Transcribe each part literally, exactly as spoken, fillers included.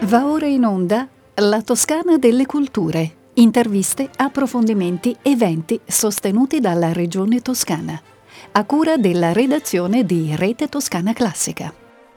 Va ora in onda La Toscana delle Culture. Interviste, approfondimenti, eventi sostenuti dalla Regione Toscana. A cura della redazione di Rete Toscana Classica.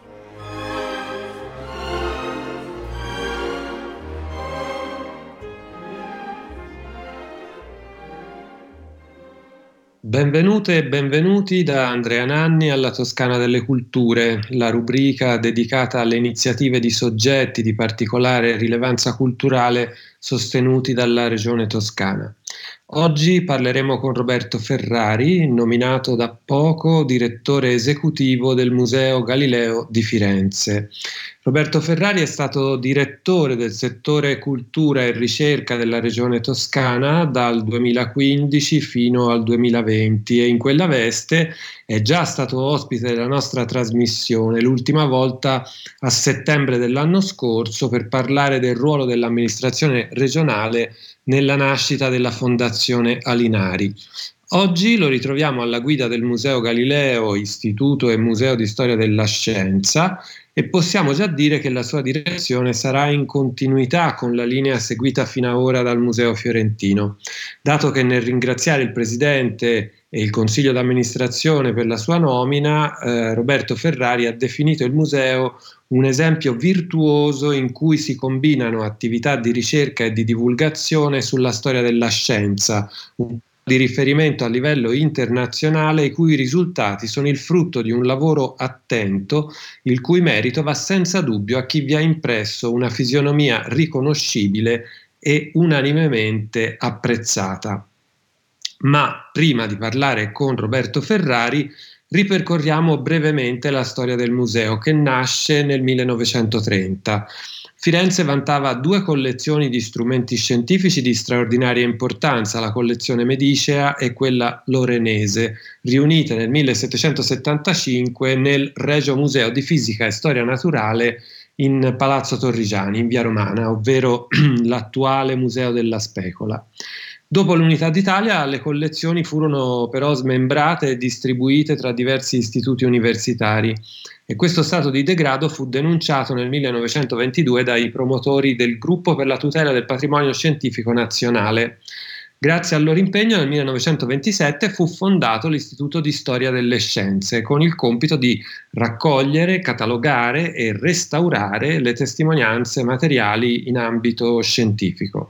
Benvenute e benvenuti da Andrea Nanni alla Toscana delle Culture, la rubrica dedicata alle iniziative di soggetti di particolare rilevanza culturale sostenuti dalla Regione Toscana. Oggi parleremo con Roberto Ferrari, nominato da poco direttore esecutivo del Museo Galileo di Firenze. Roberto Ferrari è stato direttore del settore cultura e ricerca della Regione Toscana dal duemilaquindici fino al duemilaventi e in quella veste è già stato ospite della nostra trasmissione, l'ultima volta a settembre dell'anno scorso, per parlare del ruolo dell'amministrazione regionale nella nascita della Fondazione Alinari. Oggi lo ritroviamo alla guida del Museo Galileo, Istituto e Museo di Storia della Scienza, e possiamo già dire che la sua direzione sarà in continuità con la linea seguita fino ad ora dal Museo Fiorentino, dato che nel ringraziare il Presidente e il Consiglio d'amministrazione per la sua nomina, eh, Roberto Ferrari ha definito il museo un esempio virtuoso in cui si combinano attività di ricerca e di divulgazione sulla storia della scienza, un di riferimento a livello internazionale, i cui risultati sono il frutto di un lavoro attento, il cui merito va senza dubbio a chi vi ha impresso una fisionomia riconoscibile e unanimemente apprezzata. Ma prima di parlare con Roberto Ferrari, ripercorriamo brevemente la storia del museo, che nasce nel millenovecentotrenta. Firenze vantava due collezioni di strumenti scientifici di straordinaria importanza, la collezione medicea e quella lorenese, riunite nel millesettecentosettantacinque nel Regio Museo di Fisica e Storia Naturale in Palazzo Torrigiani, in Via Romana, ovvero l'attuale Museo della Specola. Dopo l'Unità d'Italia, le collezioni furono però smembrate e distribuite tra diversi istituti universitari, e questo stato di degrado fu denunciato nel millenovecentoventidue dai promotori del Gruppo per la tutela del patrimonio scientifico nazionale. Grazie al loro impegno, nel millenovecentoventisette fu fondato l'Istituto di Storia delle Scienze, con il compito di raccogliere, catalogare e restaurare le testimonianze materiali in ambito scientifico.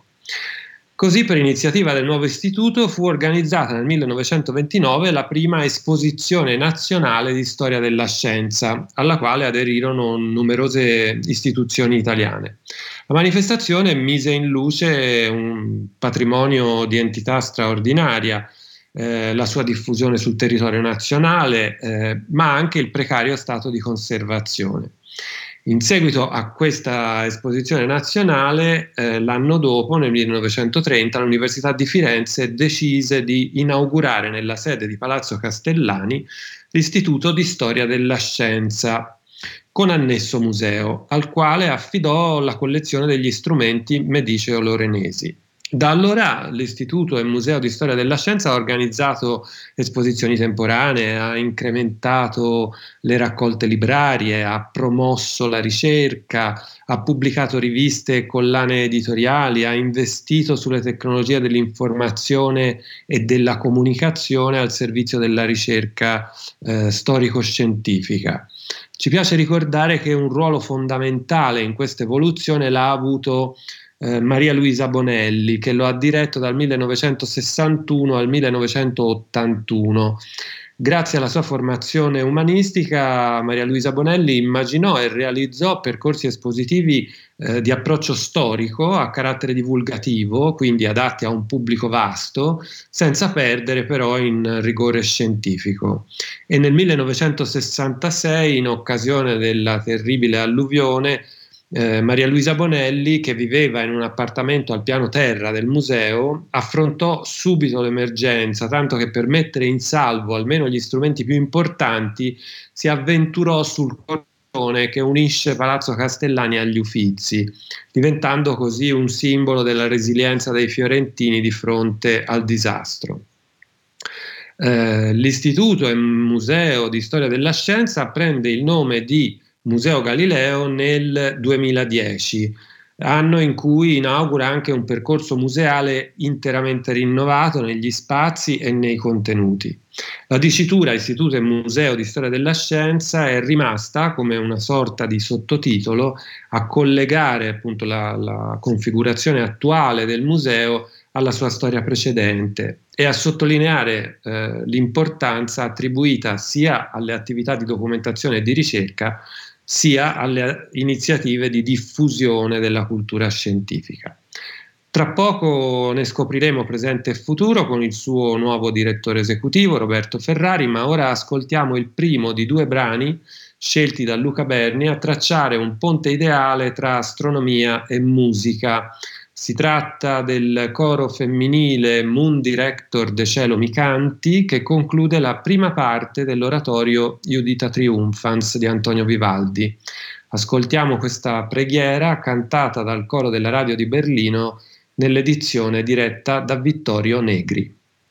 Così, per iniziativa del nuovo istituto, fu organizzata nel millenovecentoventinove la prima esposizione nazionale di storia della scienza, alla quale aderirono numerose istituzioni italiane. La manifestazione mise in luce un patrimonio di entità straordinaria, eh, la sua diffusione sul territorio nazionale, eh, ma anche il precario stato di conservazione. In seguito a questa esposizione nazionale, eh, l'anno dopo, nel millenovecentotrenta, l'Università di Firenze decise di inaugurare nella sede di Palazzo Castellani l'Istituto di Storia della Scienza, con annesso museo, al quale affidò la collezione degli strumenti mediceo-lorenesi. Da allora l'Istituto e Museo di Storia della Scienza ha organizzato esposizioni temporanee, ha incrementato le raccolte librarie, ha promosso la ricerca, ha pubblicato riviste e collane editoriali, ha investito sulle tecnologie dell'informazione e della comunicazione al servizio della ricerca eh, storico-scientifica. Ci piace ricordare che un ruolo fondamentale in questa evoluzione l'ha avuto Eh, Maria Luisa Bonelli, che lo ha diretto dal millenovecentosessantuno al millenovecentottantuno. Grazie alla sua formazione umanistica, Maria Luisa Bonelli immaginò e realizzò percorsi espositivi eh, di approccio storico a carattere divulgativo, quindi adatti a un pubblico vasto, senza perdere però in rigore scientifico. E nel millenovecentosessantasei, in occasione della terribile alluvione, Eh, Maria Luisa Bonelli, che viveva in un appartamento al piano terra del museo, affrontò subito l'emergenza, tanto che per mettere in salvo almeno gli strumenti più importanti si avventurò sul cordone che unisce Palazzo Castellani agli Uffizi, diventando così un simbolo della resilienza dei fiorentini di fronte al disastro. Eh, L'Istituto e Museo di Storia della Scienza prende il nome di Museo Galileo nel duemiladieci, anno in cui inaugura anche un percorso museale interamente rinnovato negli spazi e nei contenuti. La dicitura Istituto e Museo di Storia della Scienza è rimasta come una sorta di sottotitolo a collegare appunto la, la configurazione attuale del museo alla sua storia precedente e a sottolineare eh, l'importanza attribuita sia alle attività di documentazione e di ricerca sia alle iniziative di diffusione della cultura scientifica. Tra poco ne scopriremo presente e futuro con il suo nuovo direttore esecutivo Roberto Ferrari, ma ora ascoltiamo il primo di due brani scelti da Luca Berni a tracciare un ponte ideale tra astronomia e musica. Si tratta del coro femminile Moon Director de Cielo Mi Canti, che conclude la prima parte dell'oratorio Iudita Triumphans di Antonio Vivaldi. Ascoltiamo questa preghiera cantata dal coro della radio di Berlino nell'edizione diretta da Vittorio Negri.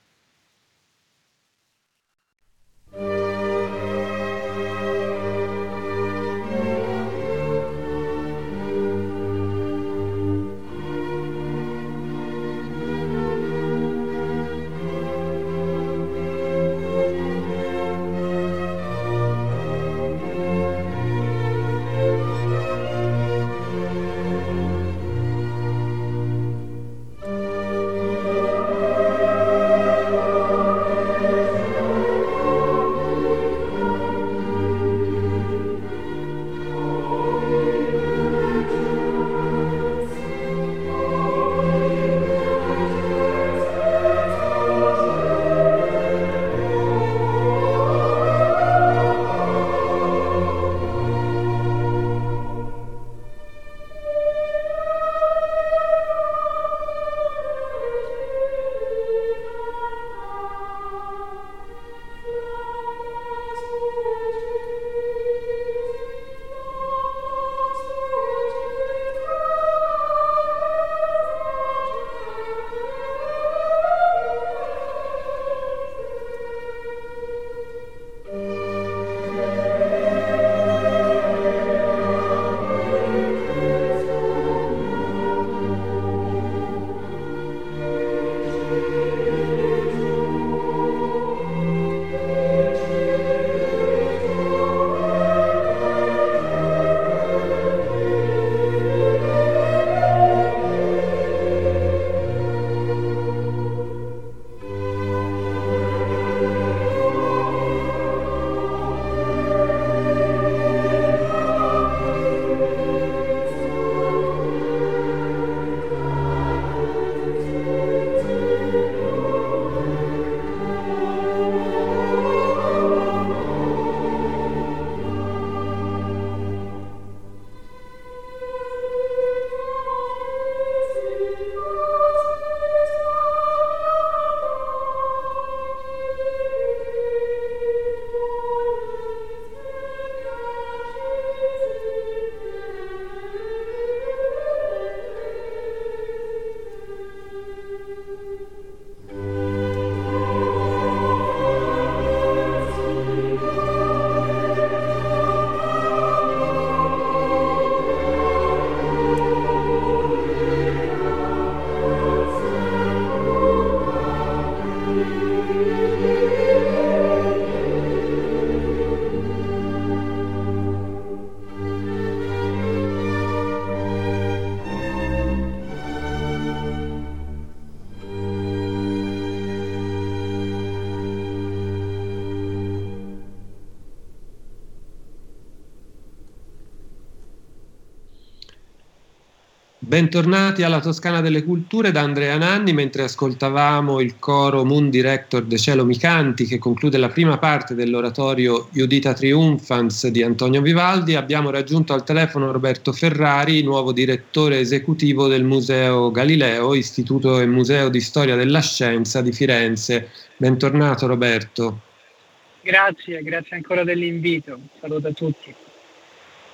Bentornati alla Toscana delle Culture da Andrea Nanni, mentre ascoltavamo il coro Moon Director de Cielo Mi Canti che conclude la prima parte dell'oratorio Iudita Triumphans di Antonio Vivaldi. Abbiamo raggiunto al telefono Roberto Ferrari, nuovo direttore esecutivo del Museo Galileo, Istituto e Museo di Storia della Scienza di Firenze. Bentornato Roberto. Grazie, grazie ancora dell'invito. Saluto a tutti.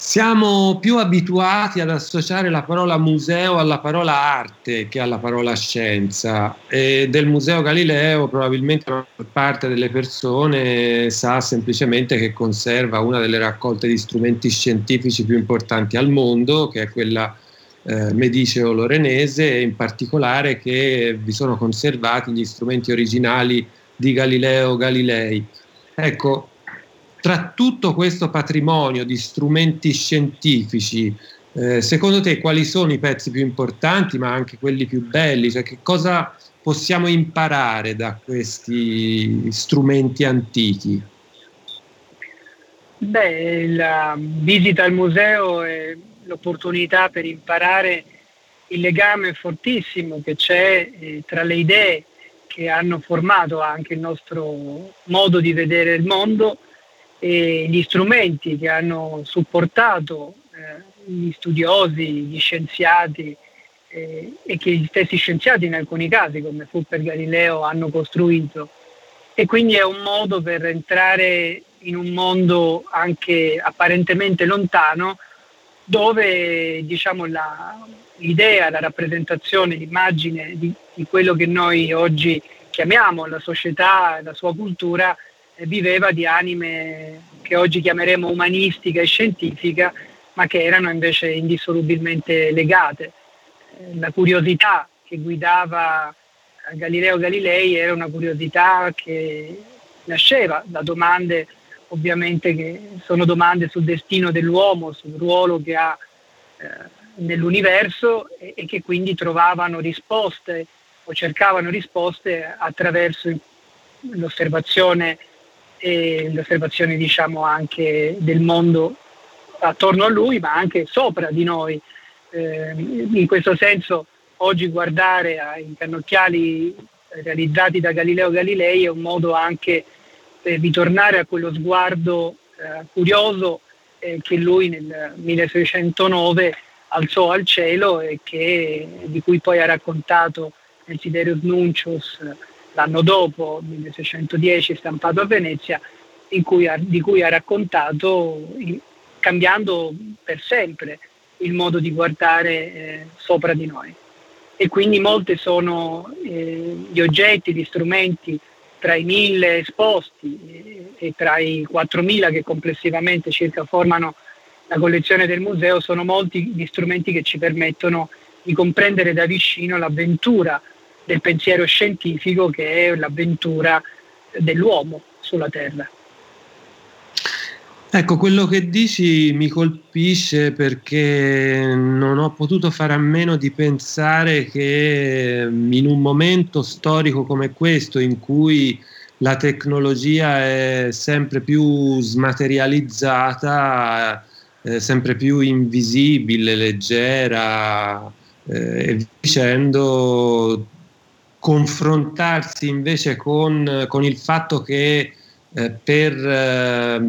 Siamo più abituati ad associare la parola museo alla parola arte che alla parola scienza, e del Museo Galileo probabilmente una parte delle persone sa semplicemente che conserva una delle raccolte di strumenti scientifici più importanti al mondo, che è quella eh, mediceo-lorenese, e in particolare che vi sono conservati gli strumenti originali di Galileo Galilei. Ecco, tra tutto questo patrimonio di strumenti scientifici, eh, secondo te quali sono i pezzi più importanti, ma anche quelli più belli? Cioè, che cosa possiamo imparare da questi strumenti antichi? Beh, la visita al museo è l'opportunità per imparare il legame fortissimo che c'è eh, tra le idee che hanno formato anche il nostro modo di vedere il mondo e gli strumenti che hanno supportato eh, gli studiosi, gli scienziati eh, e che gli stessi scienziati in alcuni casi, come fu per Galileo, hanno costruito. E quindi è un modo per entrare in un mondo anche apparentemente lontano, dove diciamo la, l'idea, la rappresentazione, l'immagine di, di quello che noi oggi chiamiamo la società, la sua cultura, viveva di anime che oggi chiameremo umanistica e scientifica, ma che erano invece indissolubilmente legate. La curiosità che guidava Galileo Galilei era una curiosità che nasceva da domande, ovviamente, che sono domande sul destino dell'uomo, sul ruolo che ha eh, nell'universo e, e che quindi trovavano risposte o cercavano risposte attraverso l'osservazione e l'osservazione diciamo anche del mondo attorno a lui, ma anche sopra di noi. Eh, in questo senso oggi guardare ai cannocchiali realizzati da Galileo Galilei è un modo anche per ritornare a quello sguardo eh, curioso eh, che lui nel milleseicentonove alzò al cielo e che, di cui poi ha raccontato nel Sidereus Nuncius l'anno dopo, milleseicentodieci, stampato a Venezia, in cui ha, di cui ha raccontato, cambiando per sempre il modo di guardare eh, sopra di noi. E quindi molti sono eh, gli oggetti, gli strumenti tra i mille esposti e, e tra i quattromila che complessivamente circa formano la collezione del museo, sono molti gli strumenti che ci permettono di comprendere da vicino l'avventura del pensiero scientifico, che è l'avventura dell'uomo sulla Terra. Ecco, quello che dici mi colpisce, perché non ho potuto fare a meno di pensare che in un momento storico come questo, in cui la tecnologia è sempre più smaterializzata, eh, sempre più invisibile, leggera, eh, e dicendo, confrontarsi invece con, con il fatto che eh, per, eh,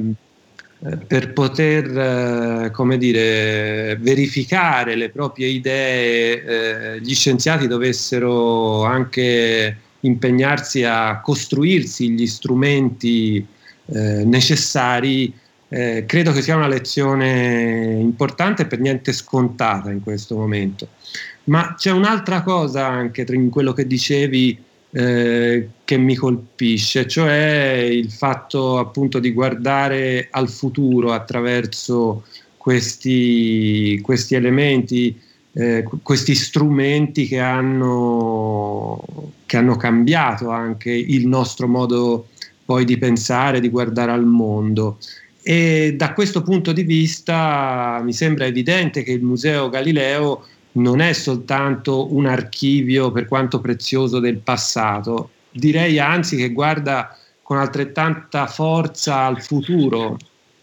per poter eh, come dire, verificare le proprie idee eh, gli scienziati dovessero anche impegnarsi a costruirsi gli strumenti eh, necessari, eh, credo che sia una lezione importante e per niente scontata in questo momento. Ma c'è un'altra cosa anche in quello che dicevi eh, che mi colpisce, cioè il fatto appunto di guardare al futuro attraverso questi, questi elementi, eh, questi strumenti che hanno, che hanno cambiato anche il nostro modo poi di pensare, di guardare al mondo. E da questo punto di vista mi sembra evidente che il Museo Galileo non è soltanto un archivio, per quanto prezioso, del passato, direi anzi che guarda con altrettanta forza al futuro,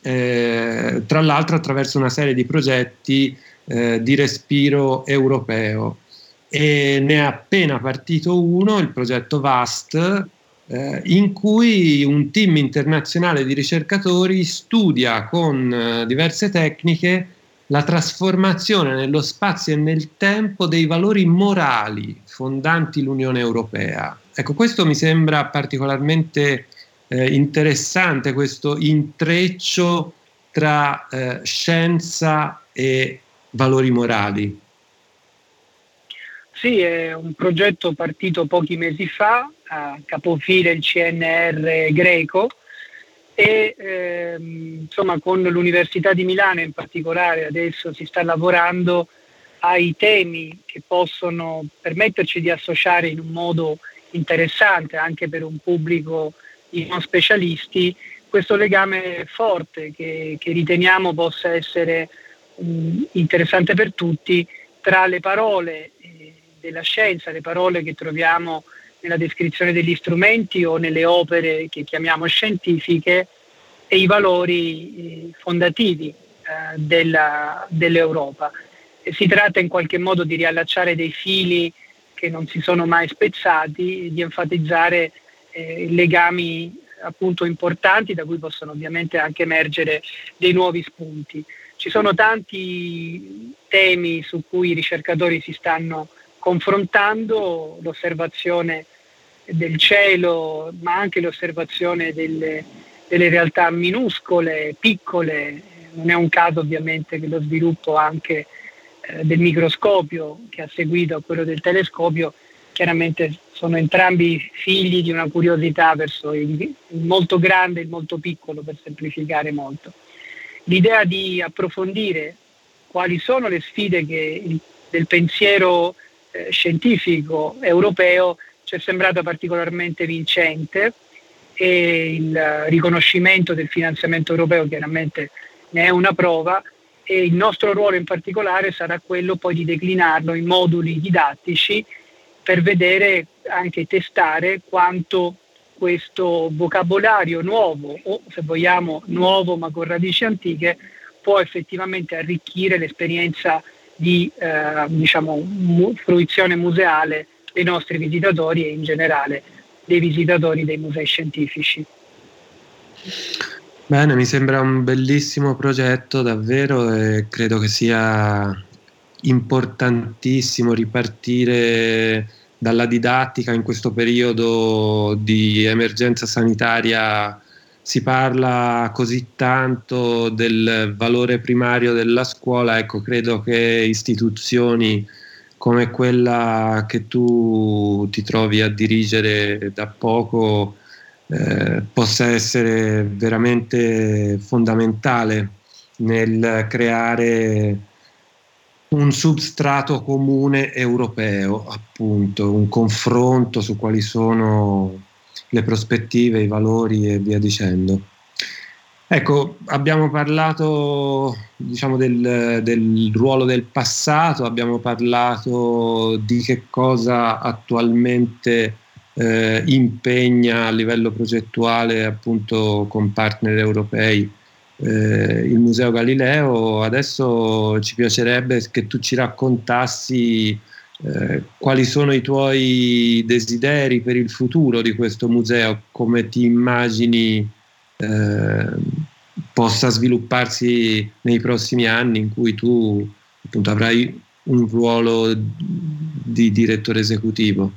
eh, tra l'altro attraverso una serie di progetti eh, di respiro europeo. E ne è appena partito uno, il progetto VAST, eh, in cui un team internazionale di ricercatori studia con eh, diverse tecniche la trasformazione nello spazio e nel tempo dei valori morali fondanti l'Unione Europea. Ecco, questo mi sembra particolarmente eh, interessante, questo intreccio tra eh, scienza e valori morali. Sì, è un progetto partito pochi mesi fa, a capofila il C N R greco, e ehm, insomma con l'Università di Milano in particolare adesso si sta lavorando ai temi che possono permetterci di associare in un modo interessante anche per un pubblico di non specialisti questo legame forte che, che riteniamo possa essere um, interessante per tutti tra le parole eh, della scienza, le parole che troviamo nella descrizione degli strumenti o nelle opere che chiamiamo scientifiche e i valori eh, fondativi eh, della, dell'Europa. E si tratta in qualche modo di riallacciare dei fili che non si sono mai spezzati, di enfatizzare eh, legami appunto importanti da cui possono ovviamente anche emergere dei nuovi spunti. Ci sono tanti temi su cui i ricercatori si stanno confrontando, l'osservazione del cielo, ma anche l'osservazione delle, delle realtà minuscole, piccole. Non è un caso ovviamente che lo sviluppo anche eh, del microscopio che ha seguito a quello del telescopio chiaramente sono entrambi figli di una curiosità verso il, il molto grande e il molto piccolo, per semplificare molto. L'idea di approfondire quali sono le sfide che il, del pensiero eh, scientifico europeo ci è sembrata particolarmente vincente, e il riconoscimento del finanziamento europeo chiaramente ne è una prova, e il nostro ruolo in particolare sarà quello poi di declinarlo in moduli didattici per vedere, anche testare quanto questo vocabolario nuovo, o se vogliamo nuovo ma con radici antiche, può effettivamente arricchire l'esperienza di eh, diciamo, mu- fruizione museale dei nostri visitatori e in generale dei visitatori dei musei scientifici. Bene, mi sembra un bellissimo progetto davvero, e credo che sia importantissimo ripartire dalla didattica in questo periodo di emergenza sanitaria. Si parla così tanto del valore primario della scuola, ecco, credo che istituzioni come quella che tu ti trovi a dirigere da poco eh, possa essere veramente fondamentale nel creare un substrato comune europeo, appunto, un confronto su quali sono le prospettive, i valori e via dicendo. Ecco, abbiamo parlato, diciamo, del, del ruolo del passato, abbiamo parlato di che cosa attualmente eh, impegna a livello progettuale, appunto, con partner europei eh, il Museo Galileo. Adesso ci piacerebbe che tu ci raccontassi eh, quali sono i tuoi desideri per il futuro di questo museo, come ti immagini Eh, possa svilupparsi nei prossimi anni, in cui tu appunto avrai un ruolo di direttore esecutivo.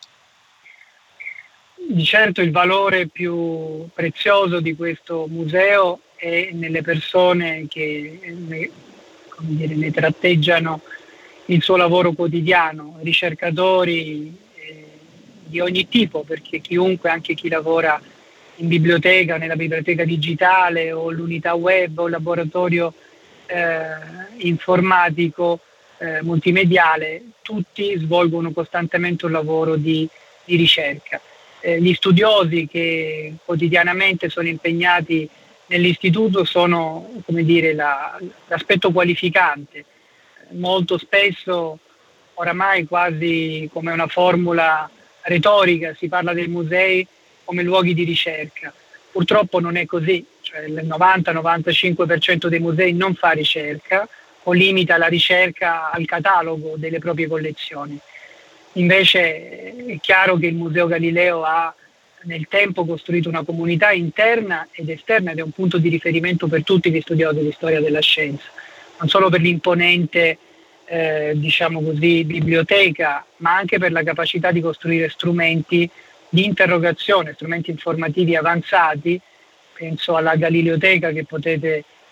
Di certo il valore più prezioso di questo museo è nelle persone che ne, come dire, ne tratteggiano il suo lavoro quotidiano, ricercatori eh, di ogni tipo, perché chiunque, anche chi lavora in biblioteca, nella biblioteca digitale o l'unità web o il laboratorio eh, informatico eh, multimediale, tutti svolgono costantemente un lavoro di, di ricerca. Eh, gli studiosi che quotidianamente sono impegnati nell'istituto sono, come dire, la, l'aspetto qualificante. Molto spesso, oramai quasi come una formula retorica, si parla dei musei come luoghi di ricerca. Purtroppo non è così, cioè il novanta novantacinque per cento dei musei non fa ricerca o limita la ricerca al catalogo delle proprie collezioni. Invece è chiaro che il Museo Galileo ha nel tempo costruito una comunità interna ed esterna ed è un punto di riferimento per tutti gli studiosi di storia della scienza, non solo per l'imponente eh, diciamo così, biblioteca, ma anche per la capacità di costruire strumenti di interrogazione, strumenti informativi avanzati. Penso alla Galileoteca che potete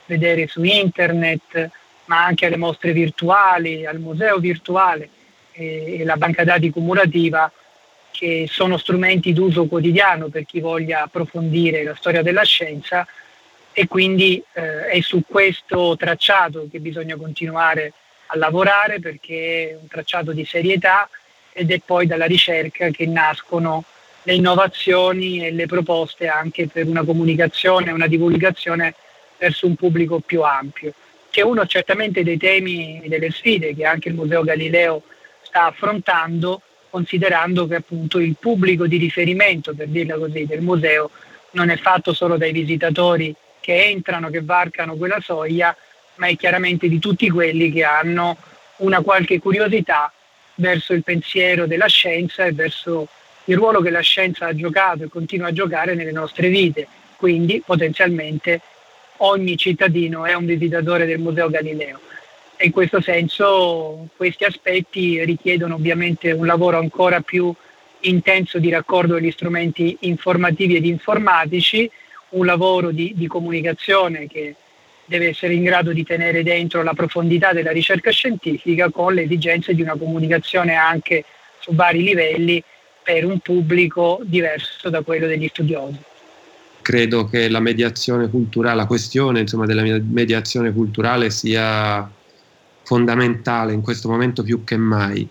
vedere su internet, ma anche alle mostre virtuali, al museo virtuale e, e la banca dati cumulativa, che sono strumenti d'uso quotidiano per chi voglia approfondire la storia della scienza, e quindi eh, è su questo tracciato che bisogna continuare a lavorare, perché è un tracciato di serietà ed è poi dalla ricerca che nascono le innovazioni e le proposte anche per una comunicazione e una divulgazione verso un pubblico più ampio, che è uno certamente dei temi e delle sfide che anche il Museo Galileo sta affrontando, considerando che appunto il pubblico di riferimento, per dirla così, del museo non è fatto solo dai visitatori che entrano, che varcano quella soglia, ma è chiaramente di tutti quelli che hanno una qualche curiosità verso il pensiero della scienza e verso il ruolo che la scienza ha giocato e continua a giocare nelle nostre vite. Quindi potenzialmente ogni cittadino è un visitatore del Museo Galileo. E in questo senso questi aspetti richiedono ovviamente un lavoro ancora più intenso di raccordo degli strumenti informativi ed informatici, un lavoro di, di comunicazione che deve essere in grado di tenere dentro la profondità della ricerca scientifica, con le esigenze di una comunicazione anche su vari livelli per un pubblico diverso da quello degli studiosi. Credo che la mediazione culturale, la questione insomma, della mediazione culturale sia fondamentale in questo momento più che mai.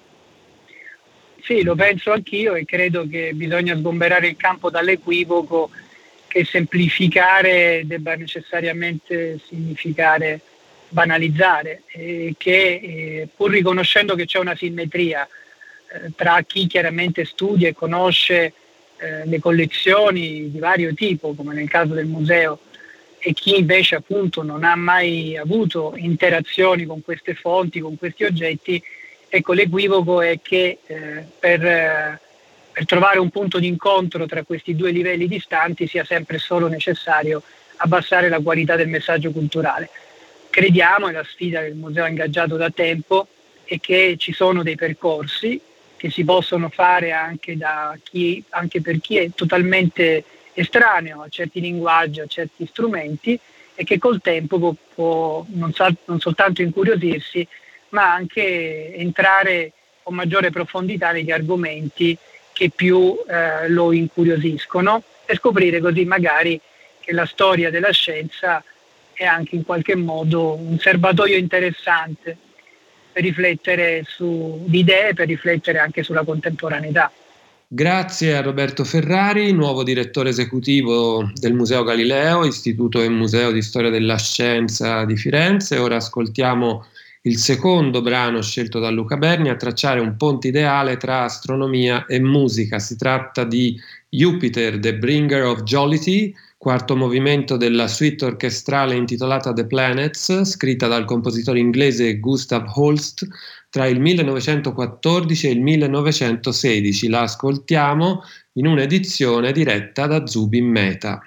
Sì, lo penso anch'io, e credo che bisogna sgomberare il campo dall'equivoco che semplificare debba necessariamente significare banalizzare, e che eh, pur riconoscendo che c'è una simmetria eh, tra chi chiaramente studia e conosce eh, le collezioni di vario tipo, come nel caso del museo, e chi invece appunto non ha mai avuto interazioni con queste fonti, con questi oggetti, ecco, l'equivoco è che eh, per, eh, per trovare un punto di incontro tra questi due livelli distanti sia sempre solo necessario abbassare la qualità del messaggio culturale. Crediamo, è la sfida che il museo ha ingaggiato da tempo, e che ci sono dei percorsi che si possono fare anche, da chi, anche per chi è totalmente estraneo a certi linguaggi, a certi strumenti, e che col tempo può, può non, sa, non soltanto incuriosirsi, ma anche entrare con maggiore profondità negli argomenti che più eh, lo incuriosiscono, e scoprire così magari che la storia della scienza è anche in qualche modo un serbatoio interessante per riflettere su di idee, per riflettere anche sulla contemporaneità. Grazie a Roberto Ferrari, nuovo direttore esecutivo del Museo Galileo, Istituto e Museo di Storia della Scienza di Firenze. Ora ascoltiamo il secondo brano scelto da Luca Berni, a tracciare un ponte ideale tra astronomia e musica. Si tratta di Jupiter, The Bringer of Jollity, quarto movimento della suite orchestrale intitolata The Planets, scritta dal compositore inglese Gustav Holst tra il millenovecentoquattordici e il millenovecentosedici. La ascoltiamo in un'edizione diretta da Zubin Mehta.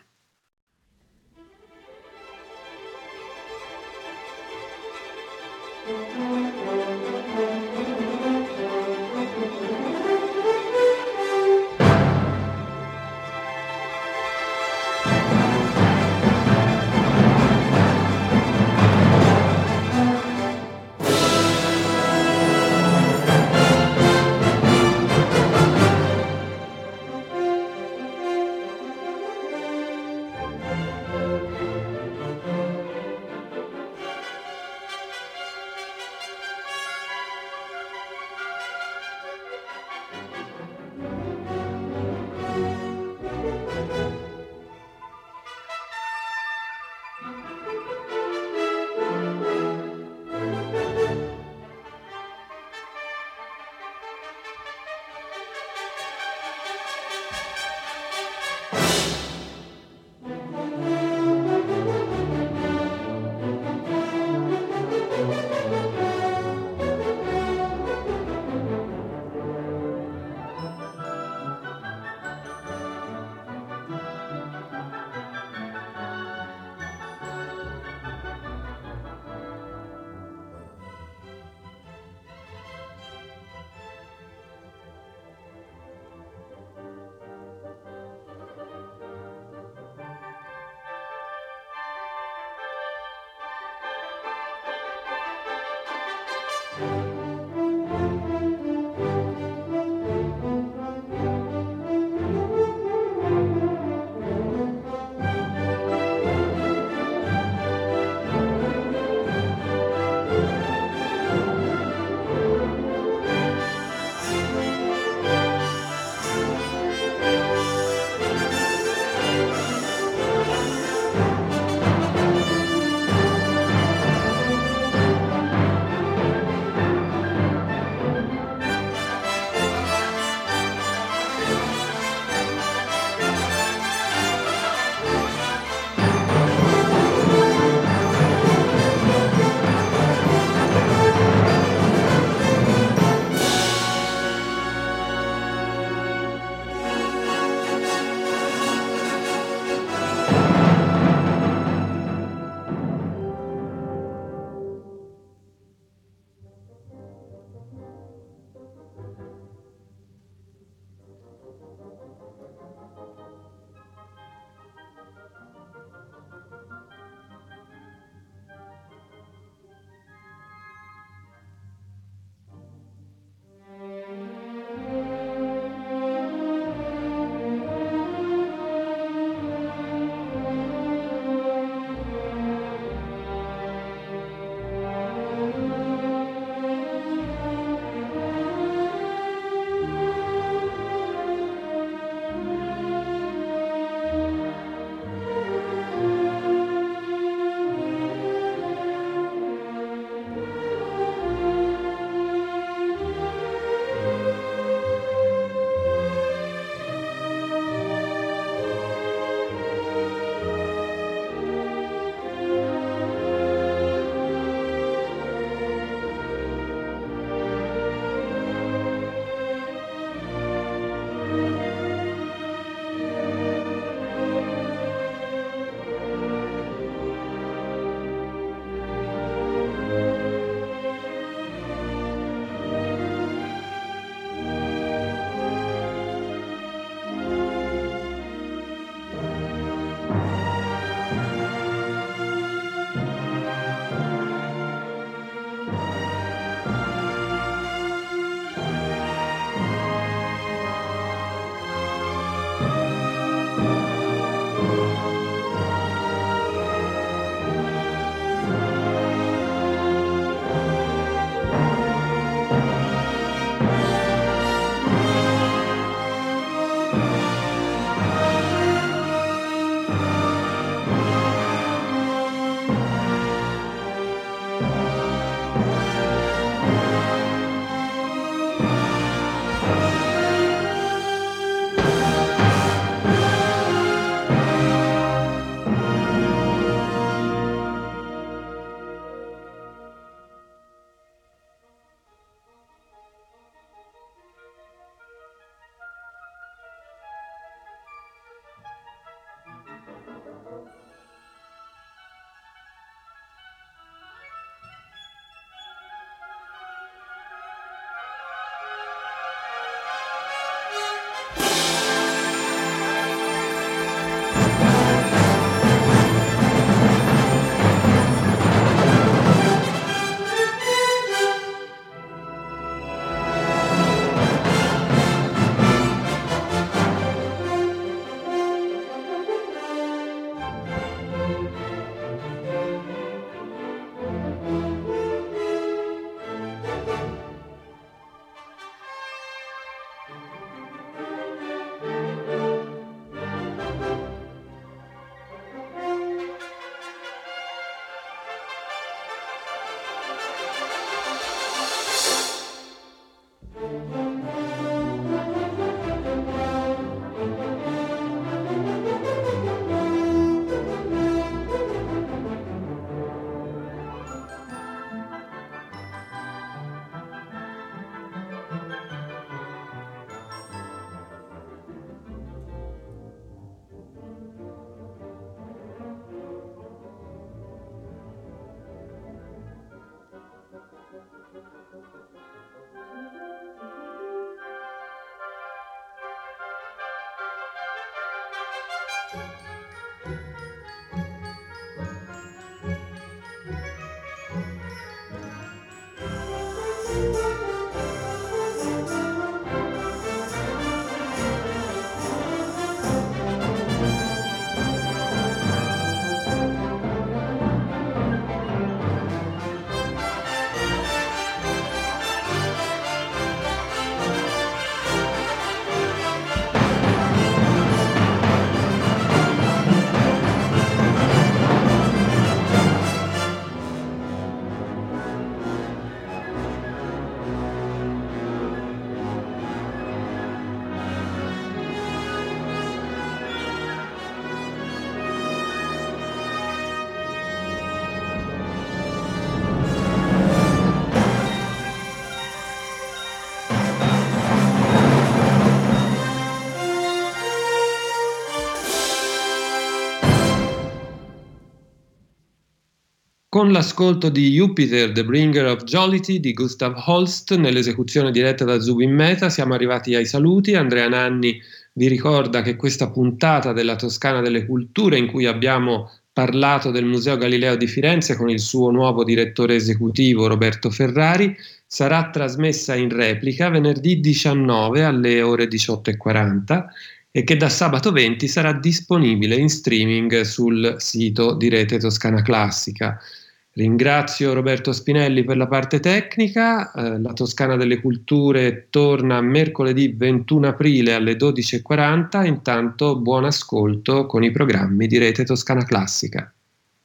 Con l'ascolto di Jupiter, The Bringer of Jollity di Gustav Holst, nell'esecuzione diretta da Zubin Mehta, siamo arrivati ai saluti. Andrea Nanni vi ricorda che questa puntata della Toscana delle Culture, in cui abbiamo parlato del Museo Galileo di Firenze con il suo nuovo direttore esecutivo Roberto Ferrari, sarà trasmessa in replica venerdì diciannove alle ore diciotto e quaranta e che da sabato venti sarà disponibile in streaming sul sito di Rete Toscana Classica. Ringrazio Roberto Spinelli per la parte tecnica. Eh, la Toscana delle Culture torna mercoledì ventuno aprile alle dodici e quaranta. Intanto buon ascolto con i programmi di Rete Toscana Classica.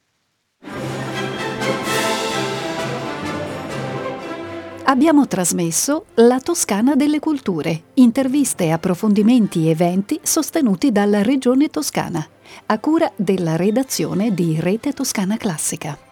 Abbiamo trasmesso La Toscana delle Culture, interviste, approfondimenti, eventi sostenuti dalla Regione Toscana, a cura della redazione di Rete Toscana Classica.